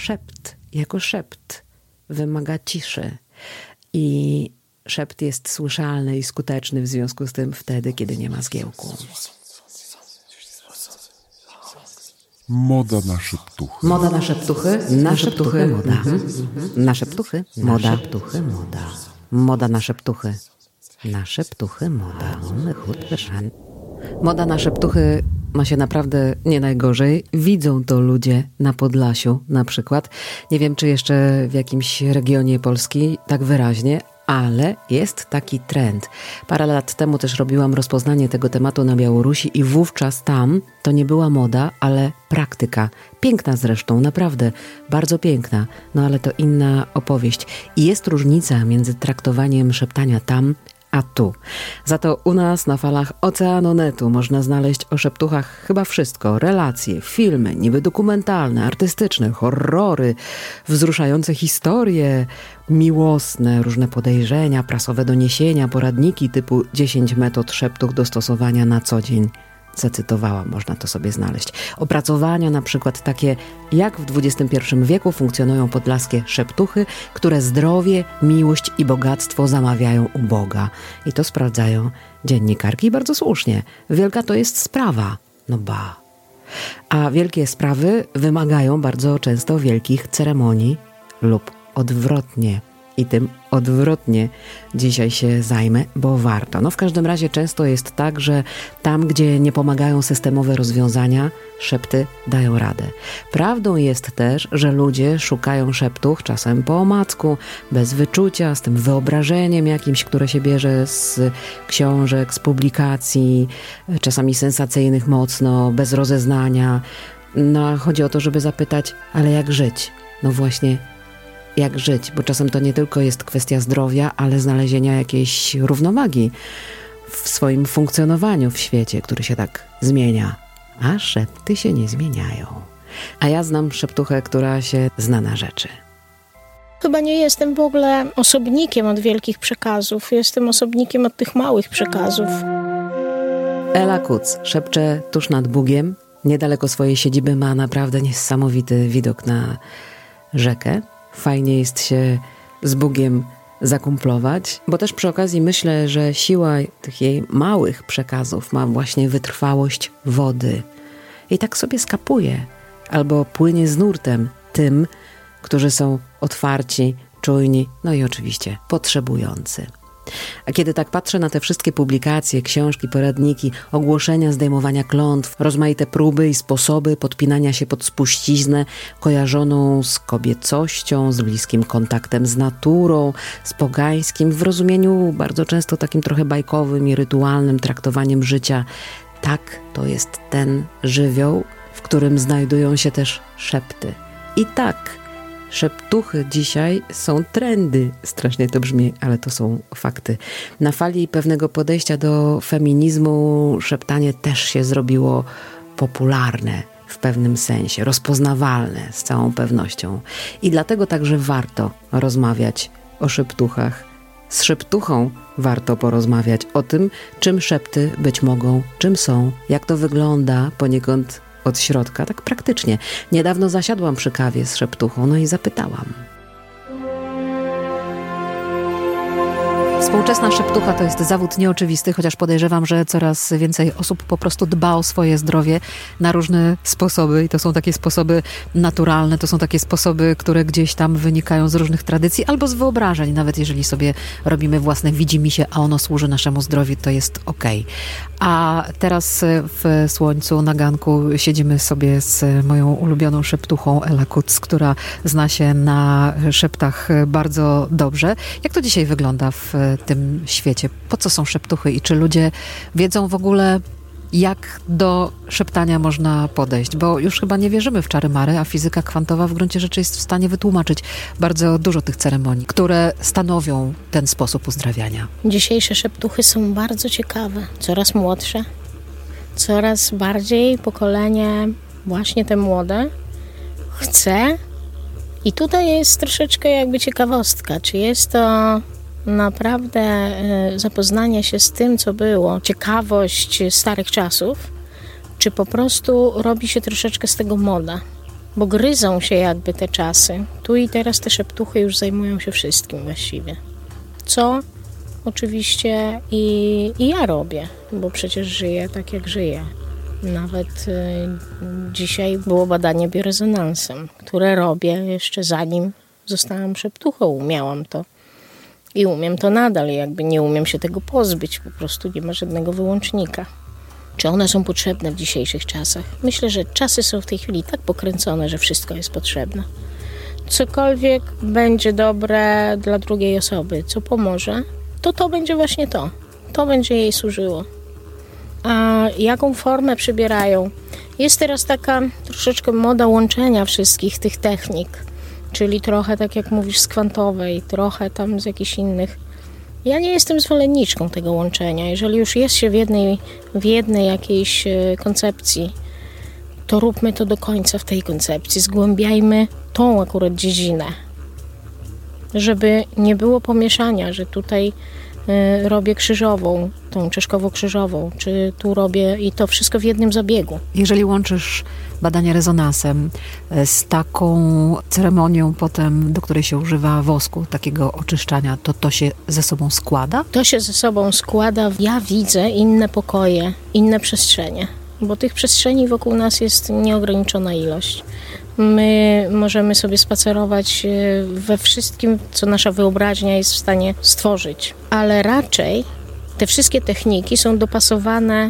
szept jako szept wymaga ciszy i szept jest słyszalny i skuteczny w związku z tym wtedy, kiedy nie ma zgiełku. Moda na szeptuchy. Moda na szeptuchy? Na szeptuchy moda. Na szeptuchy? Moda. Na szeptuchy moda. Moda na szeptuchy. Na szeptuchy moda. Moda na szeptuchy ma się naprawdę nie najgorzej. Widzą to ludzie na Podlasiu na przykład. Nie wiem, czy jeszcze w jakimś regionie Polski tak wyraźnie, ale jest taki trend. Parę lat temu też robiłam rozpoznanie tego tematu na Białorusi i wówczas tam to nie była moda, ale praktyka. Piękna zresztą, naprawdę, bardzo piękna. No ale to inna opowieść. I jest różnica między traktowaniem szeptania tam a tu. Za to u nas na falach Oceanu Netu można znaleźć o szeptuchach chyba wszystko. Relacje, filmy, niby dokumentalne, artystyczne, horrory, wzruszające historie, miłosne, różne podejrzenia, prasowe doniesienia, poradniki typu 10 metod szeptuch do stosowania na co dzień. Zacytowałam, można to sobie znaleźć. Opracowania na przykład takie, jak w XXI wieku funkcjonują podlaskie szeptuchy, które zdrowie, miłość i bogactwo zamawiają u Boga. I to sprawdzają dziennikarki bardzo słusznie. Wielka to jest sprawa. No ba. A wielkie sprawy wymagają bardzo często wielkich ceremonii lub odwrotnie. I tym odwrotnie dzisiaj się zajmę, bo warto. No w każdym razie często jest tak, że tam, gdzie nie pomagają systemowe rozwiązania, szepty dają radę. Prawdą jest też, że ludzie szukają szeptuch czasem po omacku, bez wyczucia, z tym wyobrażeniem jakimś, które się bierze z książek, z publikacji, czasami sensacyjnych mocno, bez rozeznania. No a chodzi o to, żeby zapytać, ale jak żyć? No właśnie, jak żyć, bo czasem to nie tylko jest kwestia zdrowia, ale znalezienia jakiejś równowagi w swoim funkcjonowaniu w świecie, który się tak zmienia. A szepty się nie zmieniają. A ja znam szeptuchę, która się zna na rzeczy. Chyba nie jestem w ogóle osobnikiem od wielkich przekazów. Jestem osobnikiem od tych małych przekazów. Ela Kuc szepcze tuż nad Bugiem. Niedaleko swojej siedziby ma naprawdę niesamowity widok na rzekę. Fajnie jest się z Bugiem zakumplować, bo też przy okazji myślę, że siła tych jej małych przekazów ma właśnie wytrwałość wody. I tak sobie skapuje, albo płynie z nurtem tym, którzy są otwarci, czujni, no i oczywiście potrzebujący. A kiedy tak patrzę na te wszystkie publikacje, książki, poradniki, ogłoszenia zdejmowania klątw, rozmaite próby i sposoby podpinania się pod spuściznę kojarzoną z kobiecością, z bliskim kontaktem z naturą, z pogańskim, w rozumieniu bardzo często takim trochę bajkowym i rytualnym traktowaniem życia, tak to jest ten żywioł, w którym znajdują się też szepty. I tak szeptuchy dzisiaj są trendy. Strasznie to brzmi, ale to są fakty. Na fali pewnego podejścia do feminizmu szeptanie też się zrobiło popularne w pewnym sensie, rozpoznawalne z całą pewnością. I dlatego także warto rozmawiać o szeptuchach. Z szeptuchą warto porozmawiać o tym, czym szepty być mogą, czym są, jak to wygląda poniekąd od środka, tak praktycznie. Niedawno zasiadłam przy kawie z szeptuchą, no i zapytałam. Współczesna szeptucha to jest zawód nieoczywisty, chociaż podejrzewam, że coraz więcej osób po prostu dba o swoje zdrowie na różne sposoby i to są takie sposoby naturalne, to są takie sposoby, które gdzieś tam wynikają z różnych tradycji albo z wyobrażeń, nawet jeżeli sobie robimy własne widzimisię, a ono służy naszemu zdrowiu, to jest okej. A teraz w słońcu na ganku siedzimy sobie z moją ulubioną szeptuchą Ela Kuc, która zna się na szeptach bardzo dobrze. Jak to dzisiaj wygląda w tym świecie? Po co są szeptuchy i czy ludzie wiedzą w ogóle, jak do szeptania można podejść? Bo już chyba nie wierzymy w czary-mary, a fizyka kwantowa w gruncie rzeczy jest w stanie wytłumaczyć bardzo dużo tych ceremonii, które stanowią ten sposób uzdrawiania. Dzisiejsze szeptuchy są bardzo ciekawe, coraz młodsze, coraz bardziej pokolenie właśnie te młode chce. I tutaj jest troszeczkę jakby ciekawostka, czy jest to naprawdę zapoznanie się z tym, co było, ciekawość starych czasów, czy po prostu robi się troszeczkę z tego moda. bo gryzą się jakby te czasy. Tu i teraz te szeptuchy już zajmują się wszystkim właściwie. Co oczywiście i ja robię, bo przecież żyję tak, jak żyję. Nawet dzisiaj było badanie biorezonansem, które robię jeszcze zanim zostałam szeptuchą. Umiałam to i umiem to nadal. Jakby nie umiem się tego pozbyć, po prostu nie ma żadnego wyłącznika. Czy one są potrzebne w dzisiejszych czasach? Myślę, że czasy są w tej chwili tak pokręcone, że wszystko jest potrzebne. Cokolwiek będzie dobre dla drugiej osoby, co pomoże, to będzie właśnie to. To będzie jej służyło. A jaką formę przybierają? Jest teraz taka troszeczkę moda łączenia wszystkich tych technik, czyli trochę tak jak mówisz z kwantowej, trochę tam z jakichś innych. Ja nie jestem zwolenniczką tego łączenia. Jeżeli już jest się w jednej jakiejś koncepcji, to róbmy to do końca w tej koncepcji. Zgłębiajmy tą akurat dziedzinę, żeby nie było pomieszania, że tutaj robię krzyżową, tą czeszkowo-krzyżową, czy tu robię i to wszystko w jednym zabiegu. Jeżeli łączysz badania rezonansem z taką ceremonią potem, do której się używa wosku, takiego oczyszczania, to się ze sobą składa? To się ze sobą składa. Ja widzę inne pokoje, inne przestrzenie, bo tych przestrzeni wokół nas jest nieograniczona ilość. My możemy sobie spacerować we wszystkim, co nasza wyobraźnia jest w stanie stworzyć. Ale raczej te wszystkie techniki są dopasowane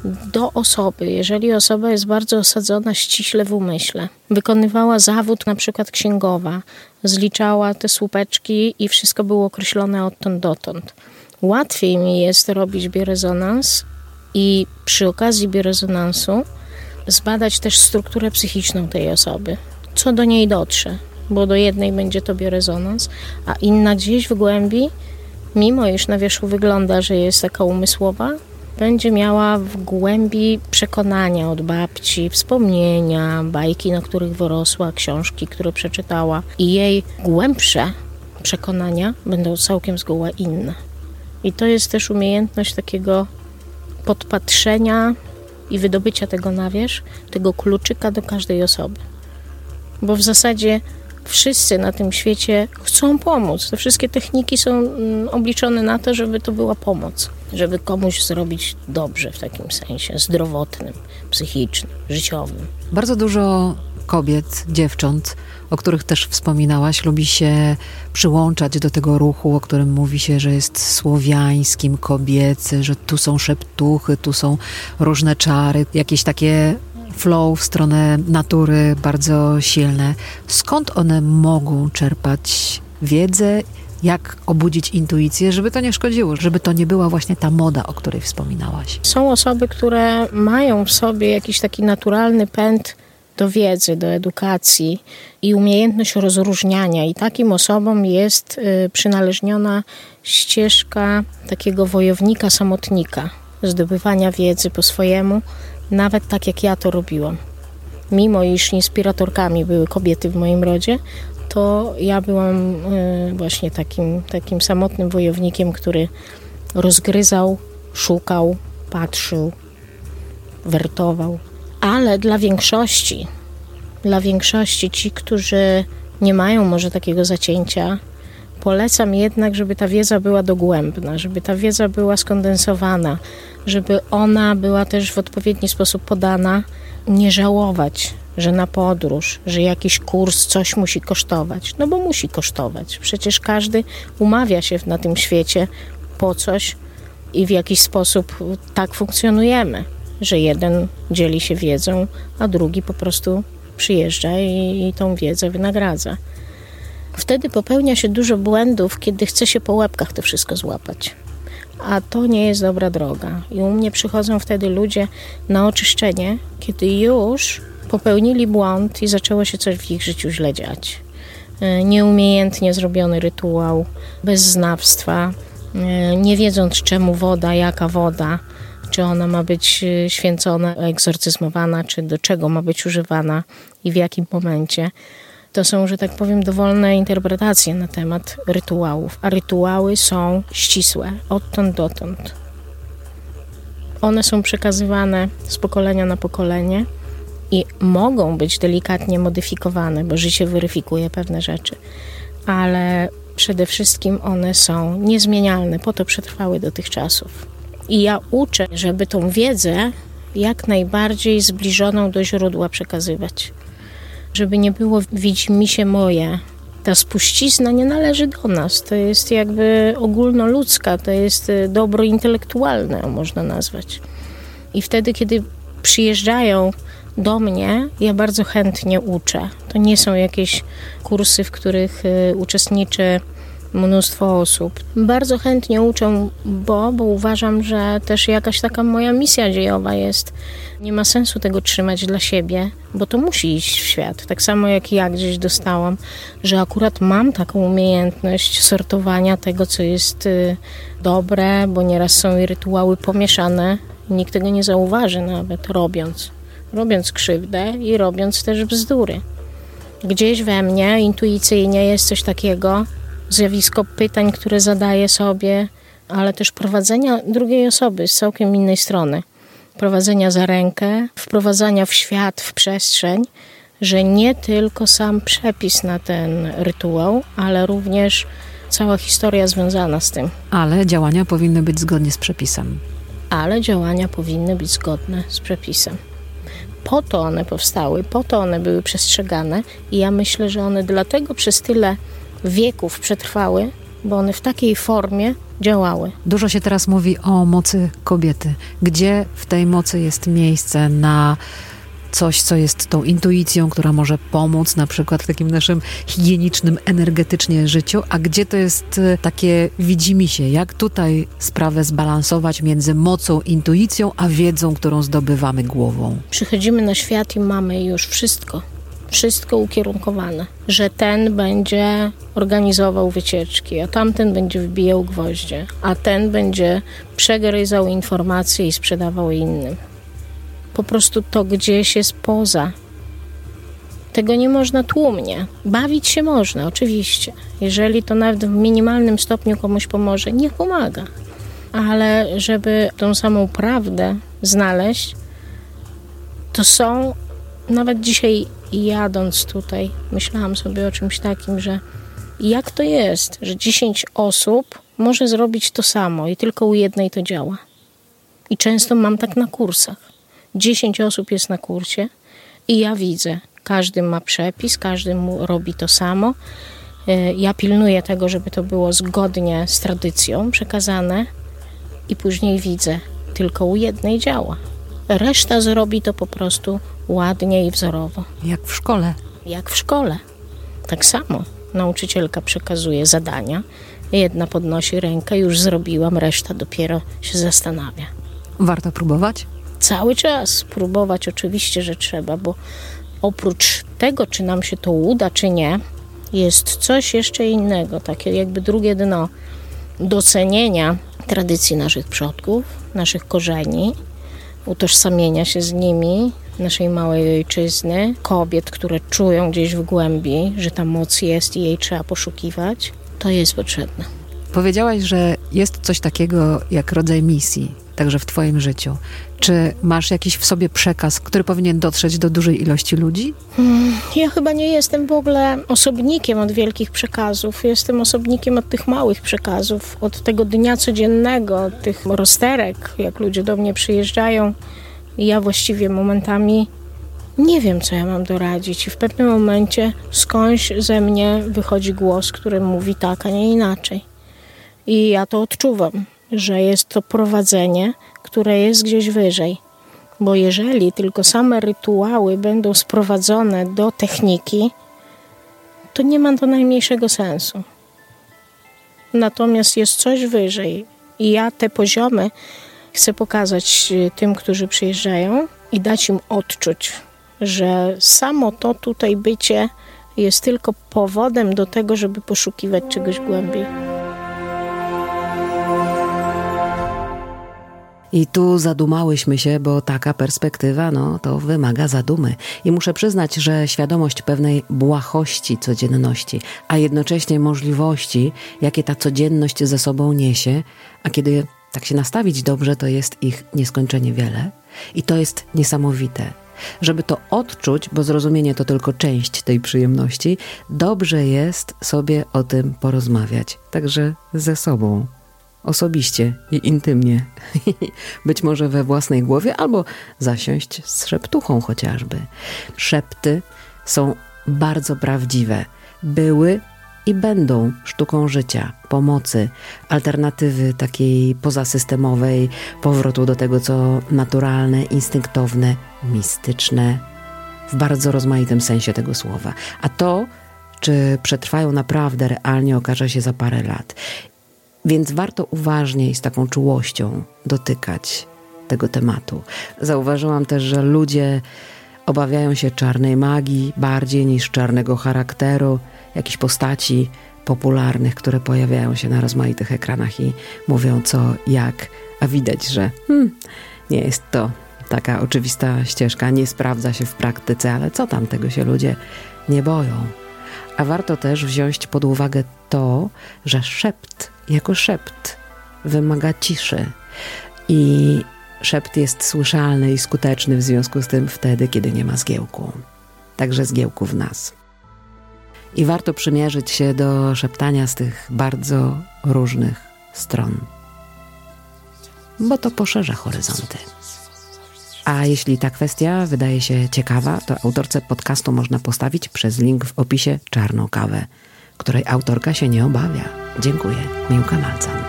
do osoby. Jeżeli osoba jest bardzo osadzona ściśle w umyśle, wykonywała zawód na przykład księgowa, zliczała te słupeczki i wszystko było określone odtąd dotąd. Łatwiej mi jest robić biorezonans i przy okazji biorezonansu zbadać też strukturę psychiczną tej osoby, co do niej dotrze, bo do jednej będzie to biorezonans, a inna gdzieś w głębi, mimo iż na wierzchu wygląda, że jest taka umysłowa, będzie miała w głębi przekonania od babci, wspomnienia, bajki, na których wyrosła, książki, które przeczytała i jej głębsze przekonania będą całkiem zgoła inne. I to jest też umiejętność takiego podpatrzenia i wydobycia tego na wierzch, tego kluczyka do każdej osoby. Bo w zasadzie wszyscy na tym świecie chcą pomóc. Te wszystkie techniki są obliczone na to, żeby to była pomoc. Żeby komuś zrobić dobrze w takim sensie zdrowotnym, psychicznym, życiowym. Bardzo dużo kobiet, dziewcząt, o których też wspominałaś, lubi się przyłączać do tego ruchu, o którym mówi się, że jest słowiańskim, kobiecy, że tu są szeptuchy, tu są różne czary, jakieś takie flow w stronę natury bardzo silne. Skąd one mogą czerpać wiedzę? Jak obudzić intuicję, żeby to nie szkodziło, żeby to nie była właśnie ta moda, o której wspominałaś? Są osoby, które mają w sobie jakiś taki naturalny pęd do wiedzy, do edukacji i umiejętność rozróżniania. I takim osobom jest przynależniona ścieżka takiego wojownika, samotnika, zdobywania wiedzy po swojemu, nawet tak jak ja to robiłam. Mimo iż inspiratorkami były kobiety w moim rodzie, to ja byłam właśnie takim samotnym wojownikiem, który rozgryzał, szukał, patrzył, wertował. Ale dla większości ci, którzy nie mają może takiego zacięcia, polecam jednak, żeby ta wiedza była dogłębna, żeby ta wiedza była skondensowana, żeby ona była też w odpowiedni sposób podana, nie żałować, że na podróż, że jakiś kurs coś musi kosztować. No bo musi kosztować. Przecież każdy umawia się na tym świecie po coś i w jakiś sposób tak funkcjonujemy, że jeden dzieli się wiedzą, a drugi po prostu przyjeżdża i tą wiedzę wynagradza. Wtedy popełnia się dużo błędów, kiedy chce się po łebkach to wszystko złapać. A to nie jest dobra droga. I u mnie przychodzą wtedy ludzie na oczyszczenie, kiedy już popełnili błąd i zaczęło się coś w ich życiu źle dziać. Nieumiejętnie zrobiony rytuał, bez znawstwa, nie wiedząc czemu woda, jaka woda, czy ona ma być święcona, egzorcyzmowana, czy do czego ma być używana i w jakim momencie. To są, że tak powiem, dowolne interpretacje na temat rytuałów, a rytuały są ścisłe, odtąd dotąd. One są przekazywane z pokolenia na pokolenie i mogą być delikatnie modyfikowane, bo życie weryfikuje pewne rzeczy, ale przede wszystkim one są niezmienialne, po to przetrwały do tych czasów. I ja uczę, żeby tą wiedzę jak najbardziej zbliżoną do źródła przekazywać. Żeby nie było widzimisię moje. Ta spuścizna nie należy do nas. To jest jakby ogólnoludzka, to jest dobro intelektualne, można nazwać. I wtedy, kiedy przyjeżdżają do mnie, ja bardzo chętnie uczę. To nie są jakieś kursy, w których uczestniczy mnóstwo osób. Bardzo chętnie uczę, bo uważam, że też jakaś taka moja misja dziejowa jest. Nie ma sensu tego trzymać dla siebie, bo to musi iść w świat. Tak samo jak ja gdzieś dostałam, że akurat mam taką umiejętność sortowania tego, co jest dobre, bo nieraz są i rytuały pomieszane. Nikt tego nie zauważy nawet robiąc krzywdę i robiąc też bzdury. Gdzieś we mnie intuicyjnie jest coś takiego, zjawisko pytań, które zadaję sobie, ale też prowadzenia drugiej osoby z całkiem innej strony. Prowadzenia za rękę, wprowadzania w świat, w przestrzeń, że nie tylko sam przepis na ten rytuał, ale również cała historia związana z tym. Ale działania powinny być zgodnie z przepisem. Po to one powstały, po to one były przestrzegane i ja myślę, że one dlatego przez tyle wieków przetrwały, bo one w takiej formie działały. Dużo się teraz mówi o mocy kobiety. Gdzie w tej mocy jest miejsce na coś, co jest tą intuicją, która może pomóc na przykład w takim naszym higienicznym, energetycznie życiu, a gdzie to jest takie widzimisię? Jak tutaj sprawę zbalansować między mocą, intuicją, a wiedzą, którą zdobywamy głową? Przychodzimy na świat i mamy już wszystko ukierunkowane, że ten będzie organizował wycieczki, a tamten będzie wbijał gwoździe, a ten będzie przegryzał informacje i sprzedawał innym. Po prostu to gdzieś jest poza. Tego nie można tłumnie. Bawić się można, oczywiście. Jeżeli to nawet w minimalnym stopniu komuś pomoże, niech pomaga. Ale żeby tą samą prawdę znaleźć, to są, nawet dzisiaj jadąc tutaj, myślałam sobie o czymś takim, że jak to jest, że 10 osób może zrobić to samo i tylko u jednej to działa. I często mam tak na kursach. 10 osób jest na kursie i ja widzę, każdy ma przepis, każdy mu robi to samo. Ja pilnuję tego, żeby to było zgodnie z tradycją przekazane i później widzę, tylko u jednej działa. Reszta zrobi to po prostu ładnie i wzorowo. Jak w szkole. Jak w szkole. Tak samo. Nauczycielka przekazuje zadania, jedna podnosi rękę, już zrobiłam, reszta dopiero się zastanawia. Warto próbować? Cały czas próbować oczywiście, że trzeba, bo oprócz tego, czy nam się to uda, czy nie, jest coś jeszcze innego, takie jakby drugie dno docenienia tradycji naszych przodków, naszych korzeni, utożsamienia się z nimi, naszej małej ojczyzny, kobiet, które czują gdzieś w głębi, że ta moc jest i jej trzeba poszukiwać. To jest potrzebne. Powiedziałaś, że jest coś takiego jak rodzaj misji, także w twoim życiu. Czy masz jakiś w sobie przekaz, który powinien dotrzeć do dużej ilości ludzi? Ja chyba nie jestem w ogóle osobnikiem od wielkich przekazów. Jestem osobnikiem od tych małych przekazów, od tego dnia codziennego, od tych rozterek, jak ludzie do mnie przyjeżdżają. I ja właściwie momentami nie wiem, co ja mam doradzić. I w pewnym momencie skądś ze mnie wychodzi głos, który mówi tak, a nie inaczej. I ja to odczuwam, że jest to prowadzenie, które jest gdzieś wyżej. Bo jeżeli tylko same rytuały będą sprowadzone do techniki, to nie ma to najmniejszego sensu. Natomiast jest coś wyżej. I ja te poziomy chcę pokazać tym, którzy przyjeżdżają i dać im odczuć, że samo to tutaj bycie jest tylko powodem do tego, żeby poszukiwać czegoś głębiej. I tu zadumałyśmy się, bo taka perspektywa, to wymaga zadumy. I muszę przyznać, że świadomość pewnej błahości codzienności, a jednocześnie możliwości, jakie ta codzienność ze sobą niesie, a kiedy tak się nastawić dobrze, to jest ich nieskończenie wiele. I to jest niesamowite. Żeby to odczuć, bo zrozumienie to tylko część tej przyjemności, dobrze jest sobie o tym porozmawiać. Także ze sobą. Osobiście i intymnie. Być może we własnej głowie, albo zasiąść z szeptuchą chociażby. Szepty są bardzo prawdziwe. Były i będą sztuką życia, pomocy, alternatywy takiej pozasystemowej, powrotu do tego, co naturalne, instynktowne, mistyczne, w bardzo rozmaitym sensie tego słowa. A to, czy przetrwają naprawdę realnie, okaże się za parę lat. Więc warto uważnie i z taką czułością dotykać tego tematu. Zauważyłam też, że ludzie obawiają się czarnej magii bardziej niż czarnego charakteru, jakichś postaci popularnych, które pojawiają się na rozmaitych ekranach i mówią co, jak, a widać, że nie jest to taka oczywista ścieżka, nie sprawdza się w praktyce, ale co tam, tego się ludzie nie boją. A warto też wziąć pod uwagę to, że szept jako szept wymaga ciszy i szept jest słyszalny i skuteczny w związku z tym wtedy, kiedy nie ma zgiełku. Także zgiełku w nas. I warto przymierzyć się do szeptania z tych bardzo różnych stron, bo to poszerza horyzonty. A jeśli ta kwestia wydaje się ciekawa, to autorce podcastu można postawić przez link w opisie czarną kawę, której autorka się nie obawia. Dziękuję. Miłka Malcan.